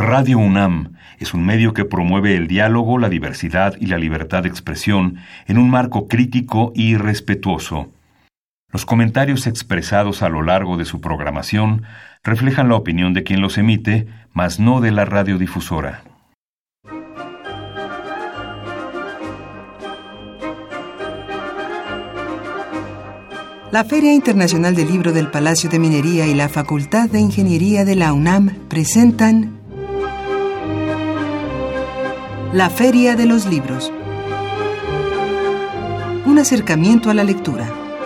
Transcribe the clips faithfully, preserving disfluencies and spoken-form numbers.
Radio UNAM es un medio que promueve el diálogo, la diversidad y la libertad de expresión en un marco crítico y respetuoso. Los comentarios expresados a lo largo de su programación reflejan la opinión de quien los emite, mas no de la radiodifusora. La Feria Internacional del Libro del Palacio de Minería y la Facultad de Ingeniería de la UNAM presentan La Feria de los Libros. Un acercamiento a la lectura.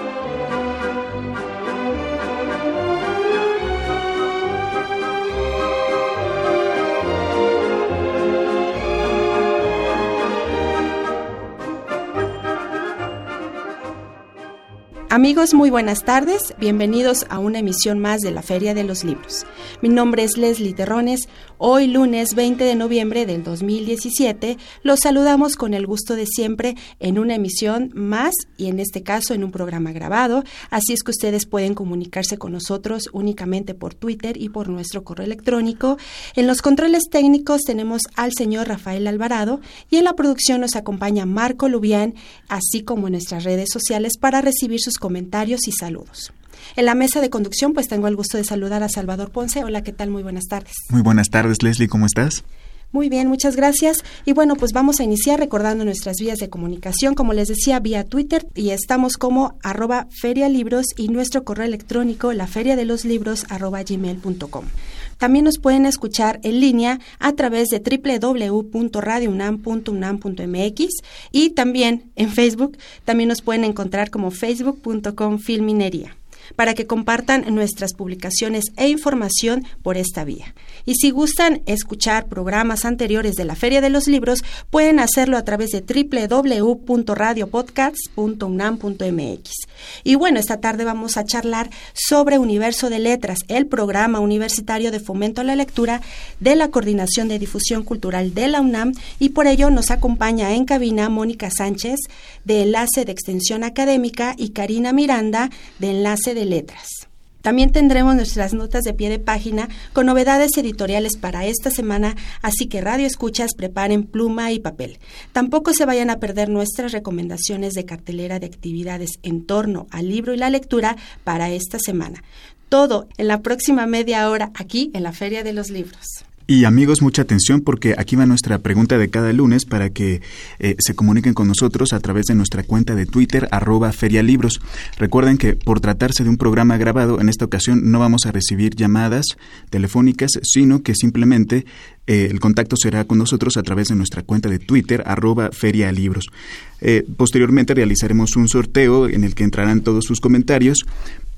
Amigos, muy buenas tardes. Bienvenidos a una emisión más de la Feria de los Libros. Mi nombre es Leslie Terrones. Hoy, lunes veinte de noviembre del dos mil diecisiete, los saludamos con el gusto de siempre en una emisión más y en este caso en un programa grabado. Así es que ustedes pueden comunicarse con nosotros únicamente por Twitter y por nuestro correo electrónico. En los controles técnicos tenemos al señor Rafael Alvarado y en la producción nos acompaña Marco Lubián, así como en nuestras redes sociales para recibir sus comentarios y saludos. En la mesa de conducción, pues tengo el gusto de saludar a Salvador Ponce. Hola, ¿qué tal? Muy buenas tardes. Muy buenas tardes, Leslie, ¿cómo estás? Muy bien, muchas gracias. Y bueno, pues vamos a iniciar recordando nuestras vías de comunicación, como les decía, vía Twitter, y estamos como arroba ferialibros y nuestro correo electrónico, laferiadeloslibros arroba gmail punto com. También nos pueden escuchar en línea a través de doble u doble u doble u punto radio unam punto unam punto m x y también en Facebook, también nos pueden encontrar como facebook punto com filminería, para que compartan nuestras publicaciones e información por esta vía. Y si gustan escuchar programas anteriores de la Feria de los Libros, pueden hacerlo a través de doble u doble u doble u punto radio podcasts punto unam punto m x. Y bueno, esta tarde vamos a charlar sobre Universo de Letras, el programa universitario de fomento a la lectura de la Coordinación de Difusión Cultural de la UNAM, y por ello nos acompaña en cabina Mónica Sánchez, de Enlace de Extensión Académica, y Karina Miranda, de Enlace de Letras. También tendremos nuestras notas de pie de página con novedades editoriales para esta semana, así que Radio Escuchas, preparen pluma y papel. Tampoco se vayan a perder nuestras recomendaciones de cartelera de actividades en torno al libro y la lectura para esta semana. Todo en la próxima media hora aquí en la Feria de los Libros. Y amigos, mucha atención porque aquí va nuestra pregunta de cada lunes para que eh, se comuniquen con nosotros a través de nuestra cuenta de Twitter, arroba ferialibros. Recuerden que por tratarse de un programa grabado, en esta ocasión no vamos a recibir llamadas telefónicas, sino que simplemente eh, el contacto será con nosotros a través de nuestra cuenta de Twitter, arroba ferialibros. Eh, posteriormente realizaremos un sorteo en el que entrarán todos sus comentarios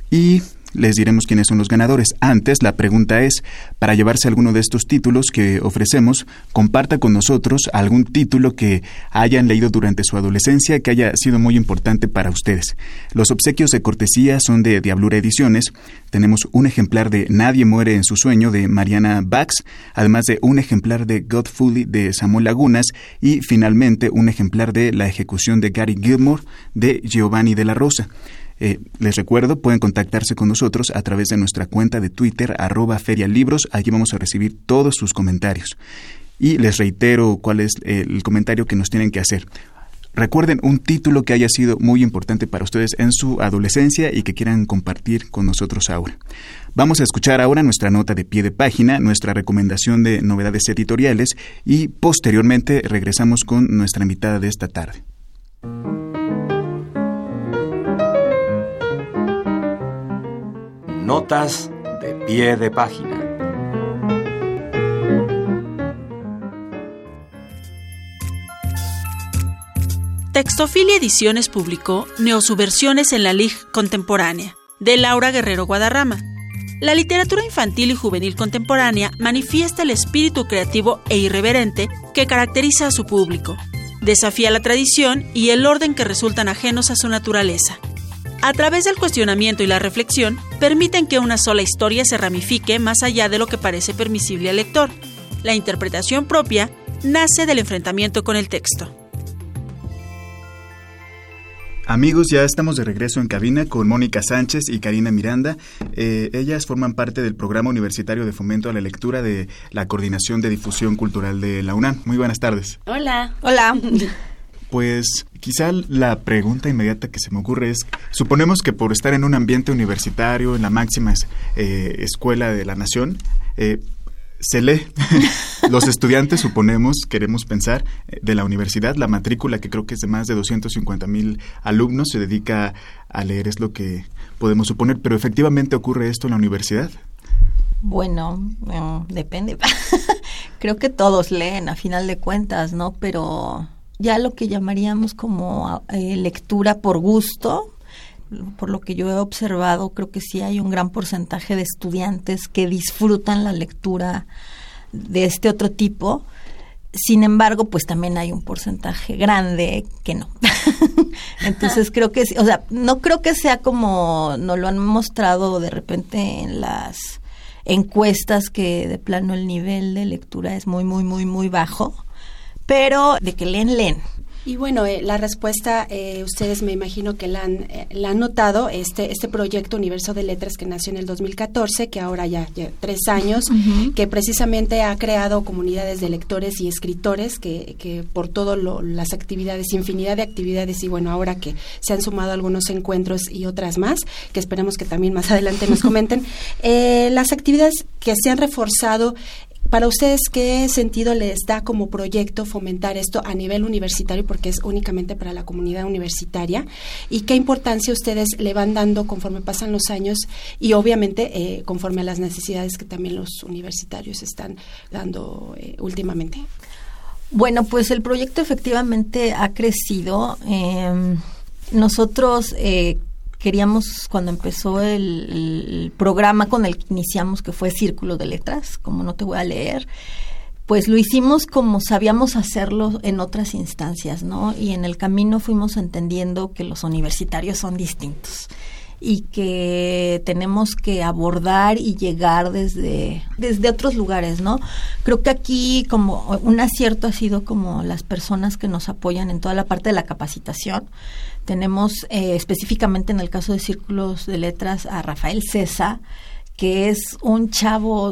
y les diremos quiénes son los ganadores. Antes, la pregunta es, para llevarse alguno de estos títulos que ofrecemos, comparta con nosotros algún título que hayan leído durante su adolescencia que haya sido muy importante para ustedes. Los obsequios de cortesía son de Diablura Ediciones. Tenemos un ejemplar de Nadie muere en su sueño, de Mariana Bax, además de un ejemplar de Godfully, de Samuel Lagunas, y finalmente un ejemplar de La ejecución de Gary Gilmore, de Giovanni de la Rosa. Eh, les recuerdo, pueden contactarse con nosotros a través de nuestra cuenta de Twitter, arroba ferialibros. Allí vamos a recibir todos sus comentarios. Y les reitero cuál es eh, el comentario que nos tienen que hacer. Recuerden un título que haya sido muy importante para ustedes en su adolescencia y que quieran compartir con nosotros ahora. Vamos a escuchar ahora nuestra nota de pie de página, nuestra recomendación de novedades editoriales y posteriormente regresamos con nuestra invitada de esta tarde. Notas de pie de página. Textofilia Ediciones publicó Neosubversiones en la Lig Contemporánea, de Laura Guerrero Guadarrama. La literatura infantil y juvenil contemporánea manifiesta el espíritu creativo e irreverente que caracteriza a su público. Desafía la tradición y el orden que resultan ajenos a su naturaleza. A través del cuestionamiento y la reflexión, permiten que una sola historia se ramifique más allá de lo que parece permisible al lector. La interpretación propia nace del enfrentamiento con el texto. Amigos, ya estamos de regreso en cabina con Mónica Sánchez y Karina Miranda. Eh, ellas forman parte del Programa Universitario de Fomento a la Lectura de la Coordinación de Difusión Cultural de la UNAM. Muy buenas tardes. Hola. Hola. Pues quizá la pregunta inmediata que se me ocurre es, suponemos que por estar en un ambiente universitario, en la máxima eh, escuela de la nación, eh, se lee. Los estudiantes, suponemos, queremos pensar, de la universidad, la matrícula, que creo que es de más de doscientos cincuenta mil alumnos, se dedica a leer, es lo que podemos suponer, pero ¿efectivamente ocurre esto en la universidad? Bueno, eh, depende. Creo que todos leen, a final de cuentas, ¿no? Pero ya lo que llamaríamos como eh, lectura por gusto, por lo que yo he observado, creo que sí hay un gran porcentaje de estudiantes que disfrutan la lectura de este otro tipo. Sin embargo, pues también hay un porcentaje grande que no. Entonces creo que, o sea, no creo que sea como nos lo han mostrado de repente en las encuestas, que de plano el nivel de lectura es muy, muy, muy, muy bajo, pero de que leen, leen. Y bueno, eh, la respuesta, eh, ustedes me imagino que la han, eh, la han notado, este este proyecto Universo de Letras que nació en el dos mil catorce, que ahora ya, ya tres años, uh-huh. que precisamente ha creado comunidades de lectores y escritores que, que por todo lo, las actividades, infinidad de actividades, y bueno, ahora que se han sumado algunos encuentros y otras más, que esperemos que también más adelante nos comenten, eh, las actividades que se han reforzado. Para ustedes, ¿qué sentido les da como proyecto fomentar esto a nivel universitario, porque es únicamente para la comunidad universitaria? ¿Y qué importancia ustedes le van dando conforme pasan los años y obviamente eh, conforme a las necesidades que también los universitarios están dando eh, últimamente? Bueno, pues el proyecto efectivamente ha crecido. Eh, nosotros eh, queríamos, cuando empezó el, el programa con el que iniciamos, que fue Círculo de Letras, como no te voy a leer, pues lo hicimos como sabíamos hacerlo en otras instancias, ¿no? Y en el camino fuimos entendiendo que los universitarios son distintos y que tenemos que abordar y llegar desde, desde otros lugares, ¿no? Creo que aquí como un acierto ha sido como las personas que nos apoyan en toda la parte de la capacitación. Tenemos eh, específicamente en el caso de Círculos de Letras a Rafael César, que es un chavo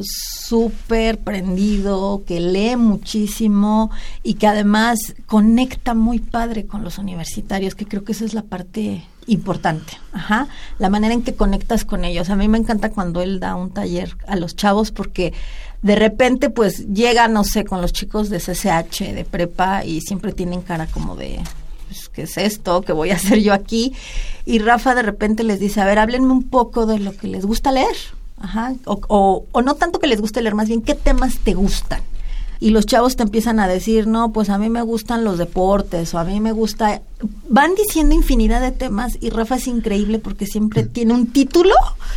súper prendido, que lee muchísimo y que además conecta muy padre con los universitarios, que creo que esa es la parte importante. Ajá, la manera en que conectas con ellos. A mí me encanta cuando él da un taller a los chavos, porque de repente pues llega, no sé, con los chicos de C C H, de prepa, y siempre tienen cara como de... Pues, ¿qué es esto? ¿Qué voy a hacer yo aquí? Y Rafa de repente les dice, a ver, háblenme un poco de lo que les gusta leer. Ajá. O, o, o no tanto que les guste leer, más bien, ¿qué temas te gustan? Y los chavos te empiezan a decir, no, pues a mí me gustan los deportes, o a mí me gusta... Van diciendo infinidad de temas, y Rafa es increíble porque siempre tiene un título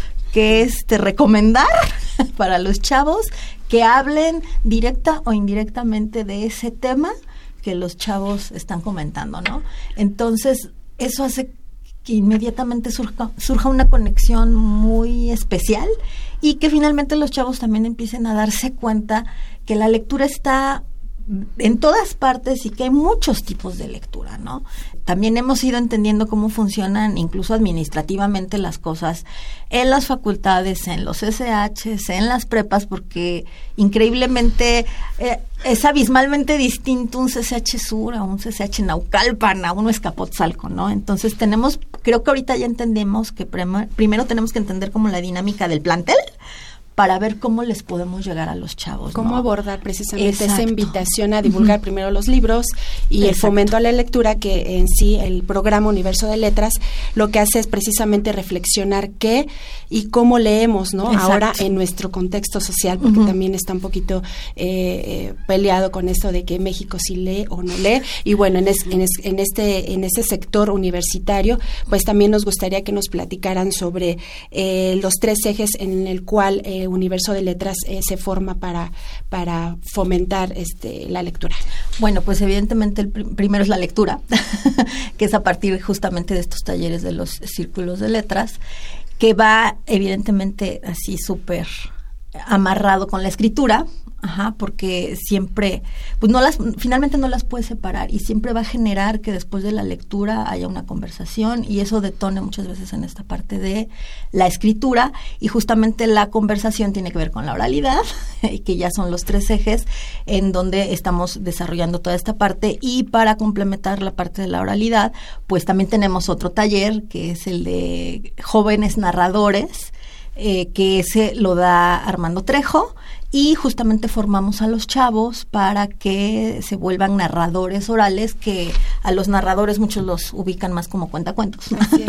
que es de recomendar para los chavos que hablen directa o indirectamente de ese tema que los chavos están comentando, ¿no? Entonces, eso hace que inmediatamente surja, surja una conexión muy especial y que finalmente los chavos también empiecen a darse cuenta que la lectura está en todas partes y que hay muchos tipos de lectura, ¿no? También hemos ido entendiendo cómo funcionan incluso administrativamente las cosas en las facultades, en los C C Hs, en las prepas, porque increíblemente eh, es abismalmente distinto un C C H Sur a un C C H Naucalpan, a uno Escapotzalco, ¿no? Entonces tenemos, creo que ahorita ya entendemos que prema, primero tenemos que entender como la dinámica del plantel, para ver cómo les podemos llegar a los chavos, cómo ¿no? abordar precisamente Exacto. esa invitación a divulgar uh-huh. primero los libros y Exacto. el fomento a la lectura, que en sí el programa Universo de Letras lo que hace es precisamente reflexionar qué y cómo leemos, ¿no? Exacto. Ahora en nuestro contexto social, porque uh-huh. también está un poquito eh, eh, peleado con esto de que México sí lee o no lee, y bueno, en, es, en, es, en este en ese sector universitario, pues también nos gustaría que nos platicaran sobre eh, los tres ejes en el cual eh, Universo de Letras eh, se forma para para fomentar este la lectura. Bueno, pues evidentemente el pr- primero es la lectura, que es a partir justamente de estos talleres de los círculos de letras, que va evidentemente así súper amarrado con la escritura. Ajá, porque siempre, pues no las, finalmente no las puedes separar y siempre va a generar que después de la lectura haya una conversación y eso detone muchas veces en esta parte de la escritura y justamente la conversación tiene que ver con la oralidad, que ya son los tres ejes en donde estamos desarrollando toda esta parte y para complementar la parte de la oralidad, pues también tenemos otro taller que es el de jóvenes narradores, eh, que ese lo da Armando Trejo. Y justamente formamos a los chavos para que se vuelvan narradores orales, que a los narradores muchos los ubican más como cuentacuentos.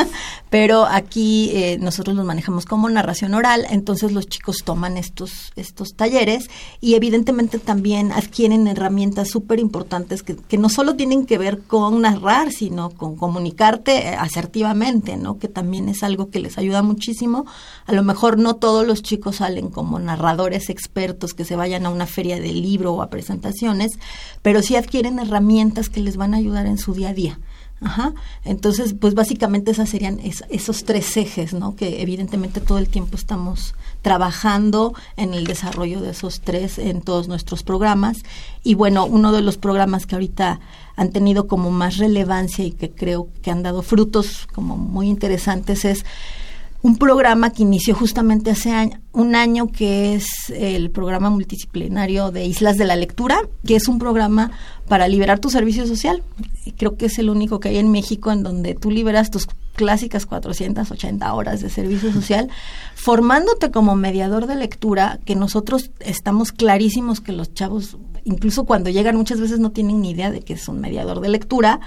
Pero aquí eh, nosotros los manejamos como narración oral, entonces los chicos toman estos estos talleres y evidentemente también adquieren herramientas súper importantes que, que no solo tienen que ver con narrar, sino con comunicarte asertivamente, ¿no? Que también es algo que les ayuda muchísimo. A lo mejor no todos los chicos salen como narradores expertos que se vayan a una feria de libro o a presentaciones, pero sí adquieren herramientas que les van a ayudar en su día a día. Ajá. Entonces, pues básicamente esas serían es, esos tres ejes, ¿no? Que evidentemente todo el tiempo estamos trabajando en el desarrollo de esos tres en todos nuestros programas. Y bueno, uno de los programas que ahorita han tenido como más relevancia y que creo que han dado frutos como muy interesantes es un programa que inició justamente hace año, un año, que es el programa multidisciplinario de Islas de la Lectura, que es un programa para liberar tu servicio social. Creo que es el único que hay en México en donde tú liberas tus clásicas cuatrocientas ochenta horas de servicio social, formándote como mediador de lectura, que nosotros estamos clarísimos que los chavos, incluso cuando llegan, muchas veces no tienen ni idea de que es un mediador de lectura.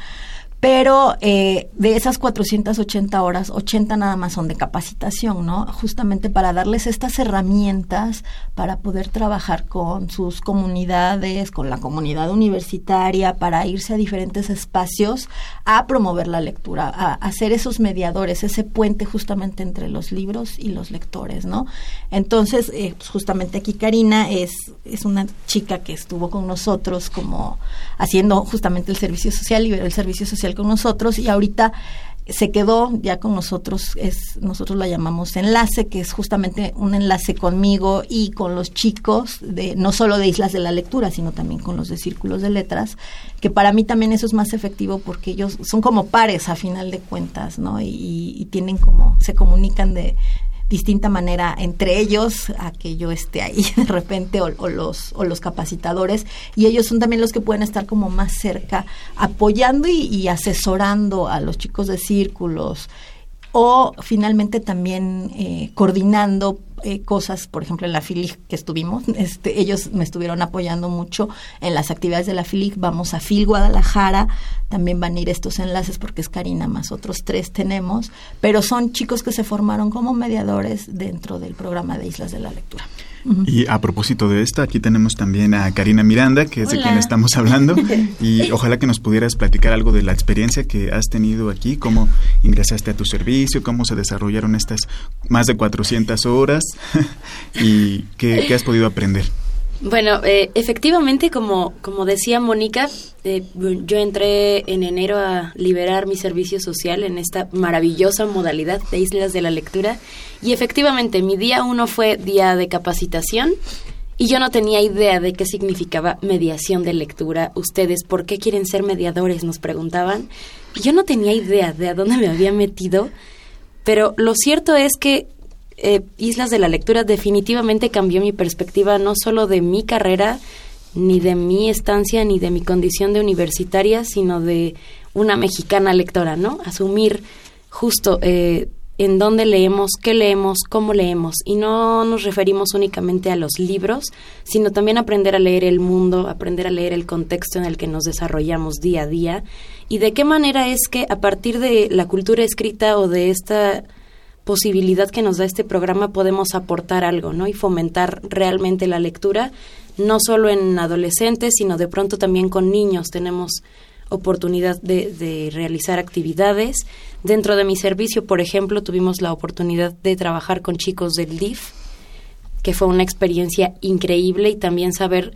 Pero eh, de esas cuatrocientas ochenta horas, ochenta nada más son de capacitación, ¿no? Justamente para darles estas herramientas para poder trabajar con sus comunidades, con la comunidad universitaria, para irse a diferentes espacios a promover la lectura, a, a ser esos mediadores, ese puente justamente entre los libros y los lectores, ¿no? Entonces, eh, pues justamente aquí Karina es, es una chica que estuvo con nosotros como haciendo justamente el servicio social, liberó el servicio social con nosotros y ahorita se quedó ya con nosotros, es nosotros la llamamos enlace, que es justamente un enlace conmigo y con los chicos de no solo de Islas de la Lectura, sino también con los de Círculos de Letras, que para mí también eso es más efectivo porque ellos son como pares a final de cuentas, ¿no? Y, y tienen como, se comunican de distinta manera entre ellos a que yo esté ahí de repente o, o los o los capacitadores y ellos son también los que pueden estar como más cerca apoyando y, y asesorando a los chicos de círculos o finalmente también eh, coordinando eh, cosas, por ejemplo en la FILIG que estuvimos, este, ellos me estuvieron apoyando mucho en las actividades de la FILIG. Vamos a FIL Guadalajara, también van a ir estos enlaces porque es Karina más otros tres tenemos, pero son chicos que se formaron como mediadores dentro del programa de Islas de la Lectura. Y a propósito de esto, aquí tenemos también a Karina Miranda, que es Hola. de quien estamos hablando, y ojalá que nos pudieras platicar algo de la experiencia que has tenido aquí, cómo ingresaste a tu servicio, cómo se desarrollaron estas más de cuatrocientas horas y qué, qué has podido aprender. Bueno, eh, efectivamente, como, como decía Mónica, eh, yo entré en enero a liberar mi servicio social en esta maravillosa modalidad de Islas de la Lectura y efectivamente mi día uno fue día de capacitación y yo no tenía idea de qué significaba mediación de lectura. Ustedes, ¿por qué quieren ser mediadores?, nos preguntaban. Y yo no tenía idea de a dónde me había metido, pero lo cierto es que Eh, Islas de la Lectura definitivamente cambió mi perspectiva, no solo de mi carrera, ni de mi estancia, ni de mi condición de universitaria, sino de una mexicana lectora, ¿no? Asumir justo eh, en dónde leemos, qué leemos, cómo leemos, y no nos referimos únicamente a los libros, sino también aprender a leer el mundo, aprender a leer el contexto en el que nos desarrollamos día a día, y de qué manera es que a partir de la cultura escrita o de esta posibilidad que nos da este programa podemos aportar algo, ¿no? Y fomentar realmente la lectura, no solo en adolescentes, sino de pronto también con niños. Tenemos oportunidad de, de realizar actividades. Dentro de mi servicio, por ejemplo, tuvimos la oportunidad de trabajar con chicos del D I F, que fue una experiencia increíble, y también saber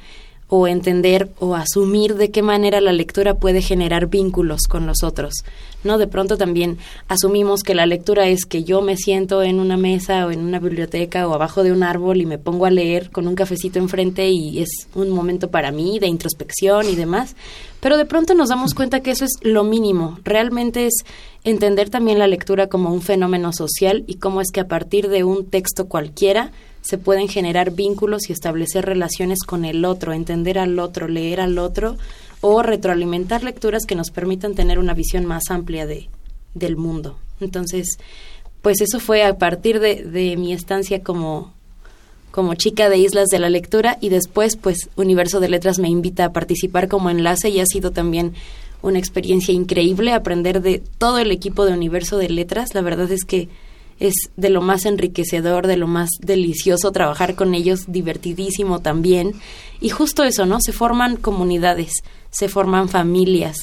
o entender o asumir de qué manera la lectura puede generar vínculos con los otros, ¿no? De pronto también asumimos que la lectura es que yo me siento en una mesa o en una biblioteca o abajo de un árbol y me pongo a leer con un cafecito enfrente y es un momento para mí de introspección y demás, pero de pronto nos damos cuenta que eso es lo mínimo. Realmente es entender también la lectura como un fenómeno social y cómo es que a partir de un texto cualquiera se pueden generar vínculos y establecer relaciones con el otro, entender al otro, leer al otro o retroalimentar lecturas que nos permitan tener una visión más amplia de, del mundo. Entonces, pues eso fue a partir de, de mi estancia como, como chica de Islas de la Lectura, y después pues Universo de Letras me invita a participar como enlace y ha sido también una experiencia increíble aprender de todo el equipo de Universo de Letras. La verdad es que es de lo más enriquecedor, de lo más delicioso trabajar con ellos, divertidísimo también. Y justo eso, ¿no? Se forman comunidades, se forman familias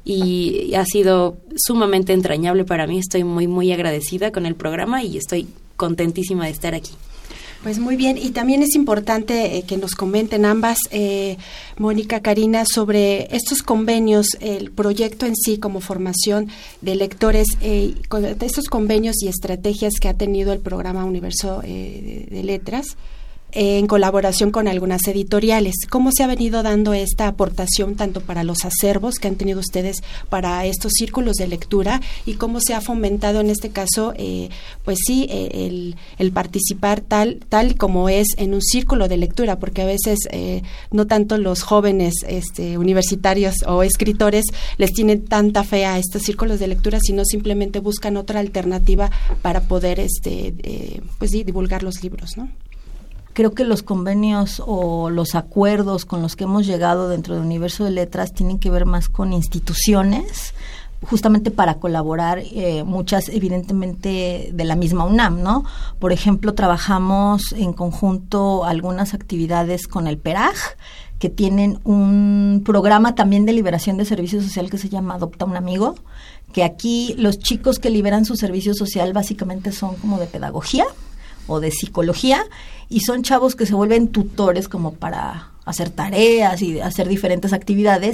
y ha sido sumamente entrañable para mí. Estoy muy, muy agradecida con el programa y estoy contentísima de estar aquí. Pues muy bien, y también es importante eh, que nos comenten ambas, eh, Mónica, Karina, sobre estos convenios, el proyecto en sí como formación de lectores, eh, con estos convenios y estrategias que ha tenido el programa Universo eh, de, de Letras, eh, en colaboración con algunas editoriales. ¿Cómo se ha venido dando esta aportación tanto para los acervos que han tenido ustedes para estos círculos de lectura y cómo se ha fomentado en este caso, eh, pues sí, eh, el, el participar tal tal como es en un círculo de lectura? Porque a veces eh, no tanto los jóvenes este, universitarios o escritores les tienen tanta fe a estos círculos de lectura, sino simplemente buscan otra alternativa para poder este, eh, pues sí, divulgar los libros, ¿no? Creo que los convenios o los acuerdos con los que hemos llegado dentro del Universo de Letras tienen que ver más con instituciones, justamente para colaborar, eh, muchas evidentemente de la misma UNAM, ¿no? Por ejemplo, trabajamos en conjunto algunas actividades con el PERAJ, que tienen un programa también de liberación de servicio social que se llama Adopta un Amigo, que aquí los chicos que liberan su servicio social básicamente son como de pedagogía o de psicología, y son chavos que se vuelven tutores como para hacer tareas y hacer diferentes actividades,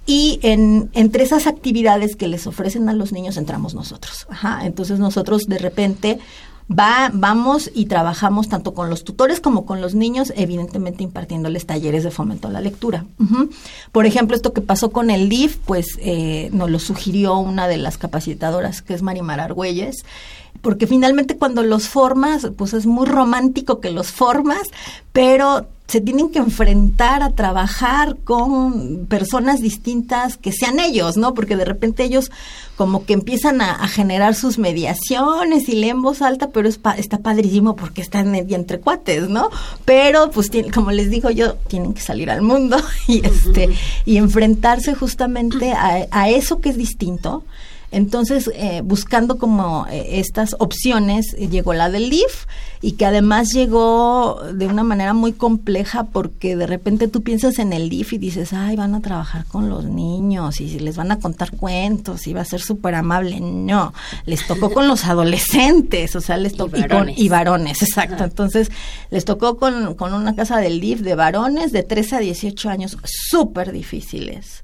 y en entre esas actividades que les ofrecen a los niños entramos nosotros. Ajá, entonces nosotros de repente va vamos y trabajamos tanto con los tutores como con los niños, evidentemente impartiéndoles talleres de fomento a la lectura. Uh-huh. Por ejemplo, esto que pasó con el D I F, pues eh, nos lo sugirió una de las capacitadoras, que es Marimar Argüelles, porque finalmente cuando los formas, pues es muy romántico que los formas, pero se tienen que enfrentar a trabajar con personas distintas que sean ellos, ¿no? Porque de repente ellos como que empiezan a, a generar sus mediaciones y leen voz alta, pero es pa, está padrísimo porque están en, entre cuates, ¿no? Pero pues tiene, como les digo yo, tienen que salir al mundo y este y enfrentarse justamente a, a eso que es distinto. Entonces, eh, buscando como eh, estas opciones, eh, llegó la del D I F, y que además llegó de una manera muy compleja, porque de repente tú piensas en el D I F y dices, ay, van a trabajar con los niños y les van a contar cuentos y va a ser súper amable. No, les tocó con los adolescentes, o sea, les tocó y, y, con, y varones, exacto. Entonces, les tocó con, con una casa del D I F de varones de trece a dieciocho años, súper difíciles.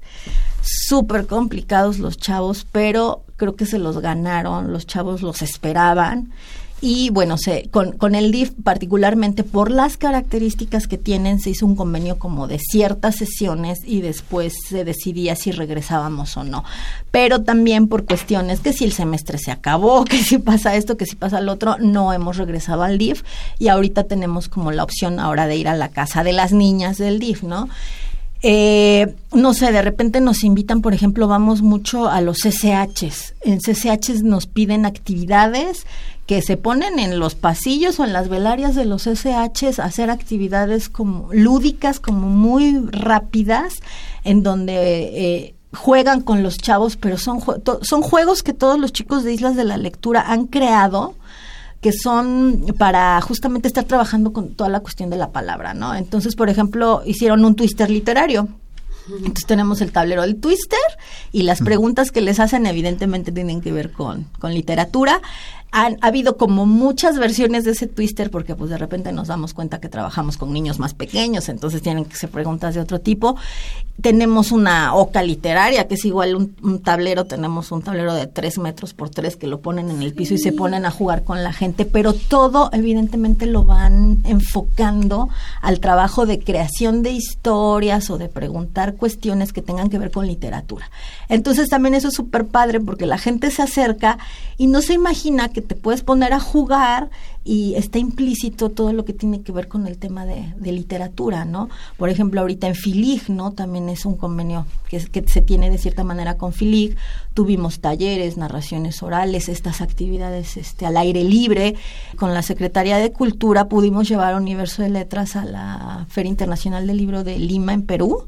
Súper complicados los chavos, pero creo que se los ganaron, los chavos los esperaban. Y bueno, se, con, con el D I F, particularmente por las características que tienen, se hizo un convenio como de ciertas sesiones y después se decidía si regresábamos o no. Pero también por cuestiones que si el semestre se acabó, que si pasa esto, que si pasa lo otro, no hemos regresado al D I F, y ahorita tenemos como la opción ahora de ir a la casa de las niñas del D I F, ¿no? Eh, no sé, de repente nos invitan, por ejemplo, vamos mucho a los C C Hs. En C C Hs nos piden actividades que se ponen en los pasillos o en las velarias de los C C Hs, hacer actividades como lúdicas, como muy rápidas, en donde eh, juegan con los chavos, pero son, to- son juegos que todos los chicos de Islas de la Lectura han creado, que son para justamente estar trabajando con toda la cuestión de la palabra, ¿no? Entonces, por ejemplo, hicieron un twister literario. Entonces tenemos el tablero del twister y las preguntas que les hacen evidentemente tienen que ver con, con literatura. Han, ha habido como muchas versiones de ese twister porque pues de repente nos damos cuenta que trabajamos con niños más pequeños, entonces tienen que ser preguntas de otro tipo. Tenemos una oca literaria que es igual un, un tablero, tenemos un tablero de tres metros por tres que lo ponen en el piso y se ponen a jugar con la gente, pero todo evidentemente lo van enfocando al trabajo de creación de historias o de preguntar cuestiones que tengan que ver con literatura. Entonces también eso es súper padre porque la gente se acerca y no se imagina que te puedes poner a jugar y está implícito todo lo que tiene que ver con el tema de, de literatura, ¿no? Por ejemplo, ahorita en FILIG, ¿no? También es un convenio que, es, que se tiene de cierta manera con FILIG. Tuvimos talleres, narraciones orales, estas actividades este, al aire libre. Con la Secretaría de Cultura pudimos llevar Universo de Letras a la Feria Internacional del Libro de Lima, en Perú.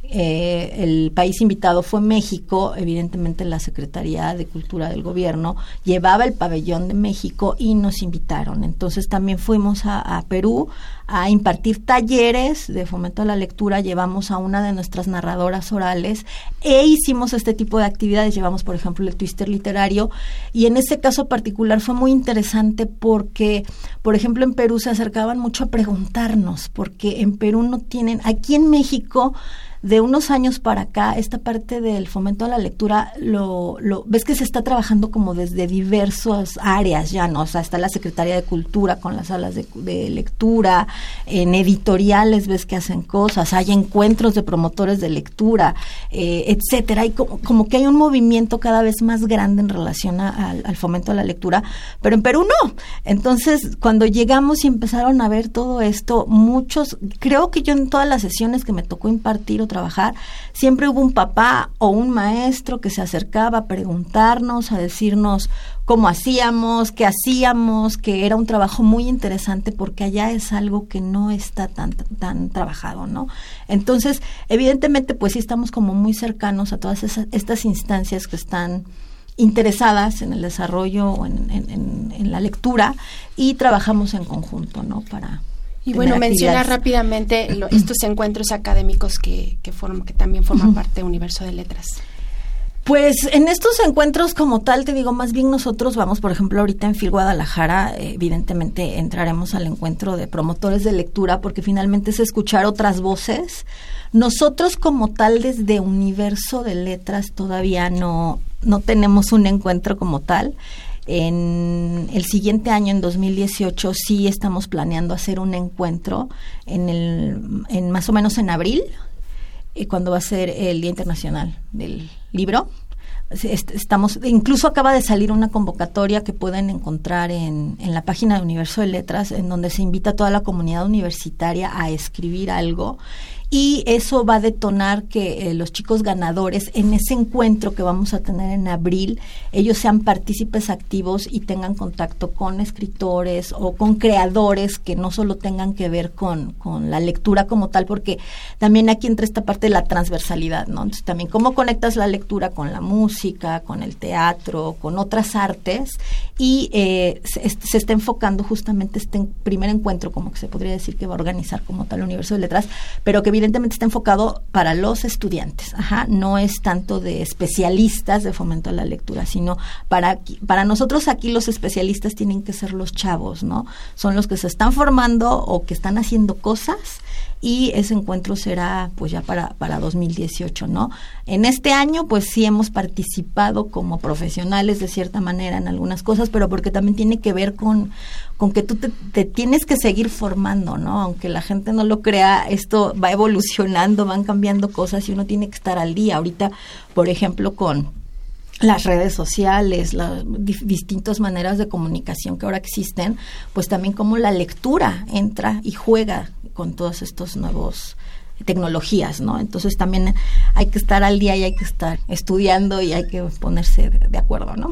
Eh, el país invitado fue México, evidentemente la Secretaría de Cultura del gobierno llevaba el pabellón de México y nos invitaron. Entonces también fuimos a, a Perú a impartir talleres de fomento a la lectura, llevamos a una de nuestras narradoras orales e hicimos este tipo de actividades, llevamos por ejemplo el twister literario y en ese caso particular fue muy interesante porque, por ejemplo, en Perú se acercaban mucho a preguntarnos, porque en Perú no tienen, aquí en México de unos años para acá, esta parte del fomento a la lectura, lo, lo ves que se está trabajando como desde diversas áreas ya, ¿no? O sea, está la Secretaría de Cultura con las salas de, de lectura, en editoriales ves que hacen cosas, hay encuentros de promotores de lectura, eh, etcétera. Y como, como que hay un movimiento cada vez más grande en relación a, al, al fomento a la lectura, pero en Perú no. Entonces, cuando llegamos y empezaron a ver todo esto, muchos, creo que yo en todas las sesiones que me tocó impartir o trabajar, siempre hubo un papá o un maestro que se acercaba a preguntarnos, a decirnos cómo hacíamos, qué hacíamos, que era un trabajo muy interesante porque allá es algo que no está tan tan trabajado, ¿no? Entonces, evidentemente, pues sí estamos como muy cercanos a todas esas, estas instancias que están interesadas en el desarrollo o en, en, en, en la lectura y trabajamos en conjunto, ¿no? Para Y bueno, mencionar rápidamente lo, estos encuentros académicos que, que, form, que también forman uh-huh. parte de Universo de Letras. Pues en estos encuentros como tal, te digo, más bien nosotros vamos, por ejemplo, ahorita en FIL Guadalajara, eh, evidentemente entraremos al encuentro de promotores de lectura porque finalmente es escuchar otras voces. Nosotros como tal desde Universo de Letras todavía no, no tenemos un encuentro como tal. En el siguiente año, en dos mil dieciocho, sí estamos planeando hacer un encuentro en el, en más o menos en abril, eh, cuando va a ser el Día Internacional del Libro. Estamos, incluso acaba de salir una convocatoria que pueden encontrar en, en la página de Universo de Letras, en donde se invita a toda la comunidad universitaria a escribir algo. Y eso va a detonar que eh, los chicos ganadores en ese encuentro que vamos a tener en abril, ellos sean partícipes activos y tengan contacto con escritores o con creadores que no solo tengan que ver con, con la lectura como tal, porque también aquí entra esta parte de la transversalidad, ¿no? Entonces también cómo conectas la lectura con la música, con el teatro, con otras artes y eh, se, se está enfocando justamente este primer encuentro, como que se podría decir que va a organizar como tal Universo de Letras, pero que evidentemente está enfocado para los estudiantes, ajá, no es tanto de especialistas de fomento a la lectura, sino para para nosotros aquí los especialistas tienen que ser los chavos, ¿no? Son los que se están formando o que están haciendo cosas y ese encuentro será pues ya para para dos mil dieciocho, ¿no? En este año pues sí hemos participado como profesionales de cierta manera en algunas cosas, pero porque también tiene que ver con con que tú te, te tienes que seguir formando, ¿no? Aunque la gente no lo crea, esto va evolucionando, van cambiando cosas y uno tiene que estar al día. Ahorita, por ejemplo, con las redes sociales, las di- distintas maneras de comunicación que ahora existen, pues también como la lectura entra y juega con todos estos nuevos tecnologías, ¿no? Entonces también hay que estar al día y hay que estar estudiando y hay que ponerse de, de acuerdo, ¿no?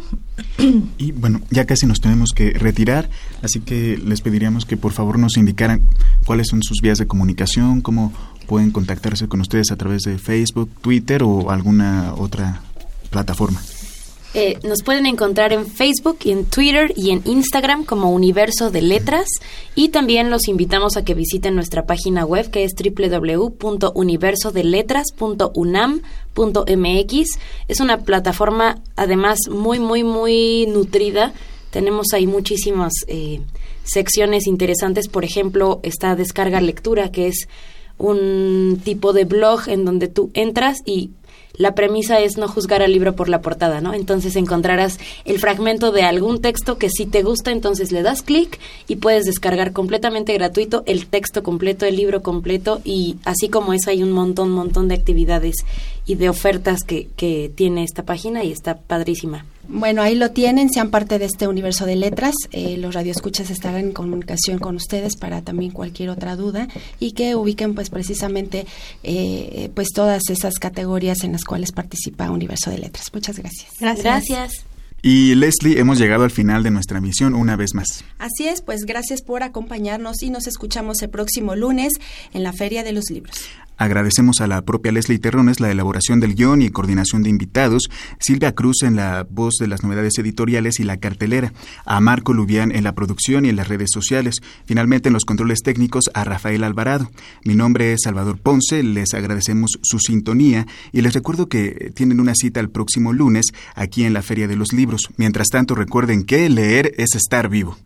Y bueno, ya casi nos tenemos que retirar, así que les pediríamos que por favor nos indicaran cuáles son sus vías de comunicación, cómo pueden contactarse con ustedes a través de Facebook, Twitter o alguna otra plataforma. Eh, nos pueden encontrar en Facebook y en Twitter y en Instagram como Universo de Letras y también los invitamos a que visiten nuestra página web que es doble u doble u doble u punto universo de letras punto unam punto m x. Es una plataforma además muy muy muy nutrida tenemos ahí muchísimas eh, secciones interesantes. Por ejemplo, está Descarga Lectura, que es un tipo de blog en donde tú entras y la premisa es no juzgar al libro por la portada, ¿no? Entonces encontrarás el fragmento de algún texto que sí te gusta, entonces le das clic y puedes descargar completamente gratuito el texto completo, el libro completo, y así como eso hay un montón, montón de actividades y de ofertas que, que tiene esta página y está padrísima. Bueno, ahí lo tienen, sean parte de este universo de letras. Eh, los radioescuchas estarán en comunicación con ustedes para también cualquier otra duda y que ubiquen pues precisamente eh, pues todas esas categorías en las cuales participa Universo de Letras. Muchas gracias. Gracias. Gracias. Y Leslie, hemos llegado al final de nuestra misión una vez más. Así es, pues gracias por acompañarnos y nos escuchamos el próximo lunes en la Feria de los Libros. Agradecemos a la propia Leslie Terrones la elaboración del guión y coordinación de invitados, Silvia Cruz en la voz de las novedades editoriales y la cartelera, a Marco Lubián en la producción y en las redes sociales, finalmente en los controles técnicos a Rafael Alvarado. Mi nombre es Salvador Ponce, les agradecemos su sintonía y les recuerdo que tienen una cita el próximo lunes aquí en la Feria de los Libros. Mientras tanto, recuerden que leer es estar vivo.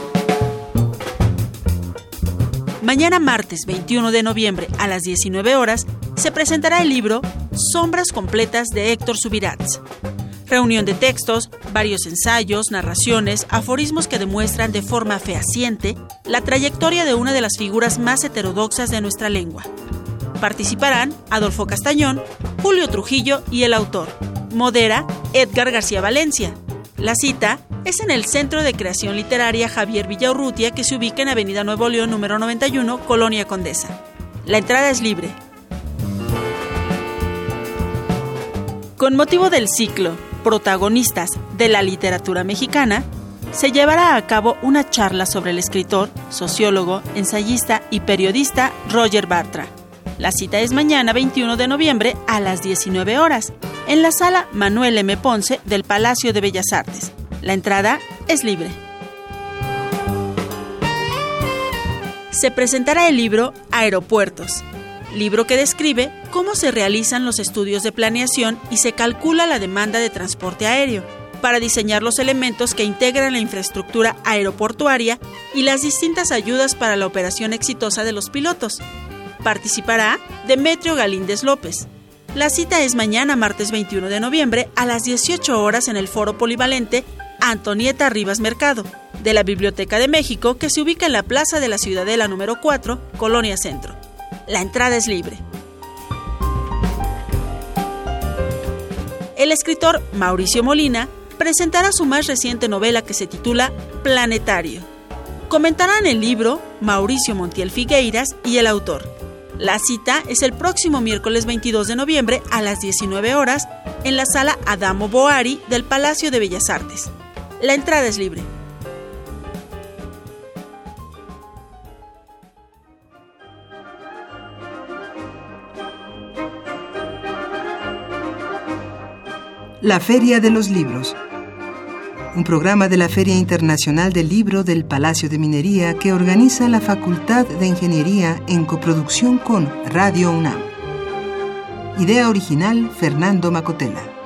Mañana martes veintiuno de noviembre a las diecinueve horas se presentará el libro Sombras completas de Héctor Subirats. Reunión de textos, varios ensayos, narraciones, aforismos que demuestran de forma fehaciente la trayectoria de una de las figuras más heterodoxas de nuestra lengua. Participarán Adolfo Castañón, Julio Trujillo y el autor. Modera Edgar García Valencia. La cita es en el Centro de Creación Literaria Javier Villaurrutia, que se ubica en Avenida Nuevo León, número noventa y uno, Colonia Condesa. La entrada es libre. Con motivo del ciclo Protagonistas de la Literatura Mexicana, se llevará a cabo una charla sobre el escritor, sociólogo, ensayista y periodista Roger Bartra. La cita es mañana veintiuno de noviembre a las diecinueve horas, en la sala Manuel M. Ponce del Palacio de Bellas Artes. La entrada es libre. Se presentará el libro Aeropuertos, libro que describe cómo se realizan los estudios de planeación y se calcula la demanda de transporte aéreo, para diseñar los elementos que integran la infraestructura aeroportuaria y las distintas ayudas para la operación exitosa de los pilotos. Participará Demetrio Galíndez López. La cita es mañana martes veintiuno de noviembre a las dieciocho horas en el Foro Polivalente Antonieta Rivas Mercado, de la Biblioteca de México, que se ubica en la Plaza de la Ciudadela número cuatro, Colonia Centro. La entrada es libre. El escritor Mauricio Molina presentará su más reciente novela que se titula Planetario. Comentarán el libro Mauricio Montiel Figueiras y el autor. La cita es el próximo miércoles veintidós de noviembre a las diecinueve horas en la sala Adamo Boari del Palacio de Bellas Artes. La entrada es libre. La Feria de los Libros. Un programa de la Feria Internacional del Libro del Palacio de Minería que organiza la Facultad de Ingeniería en coproducción con Radio UNAM. Idea original, Fernando Macotela.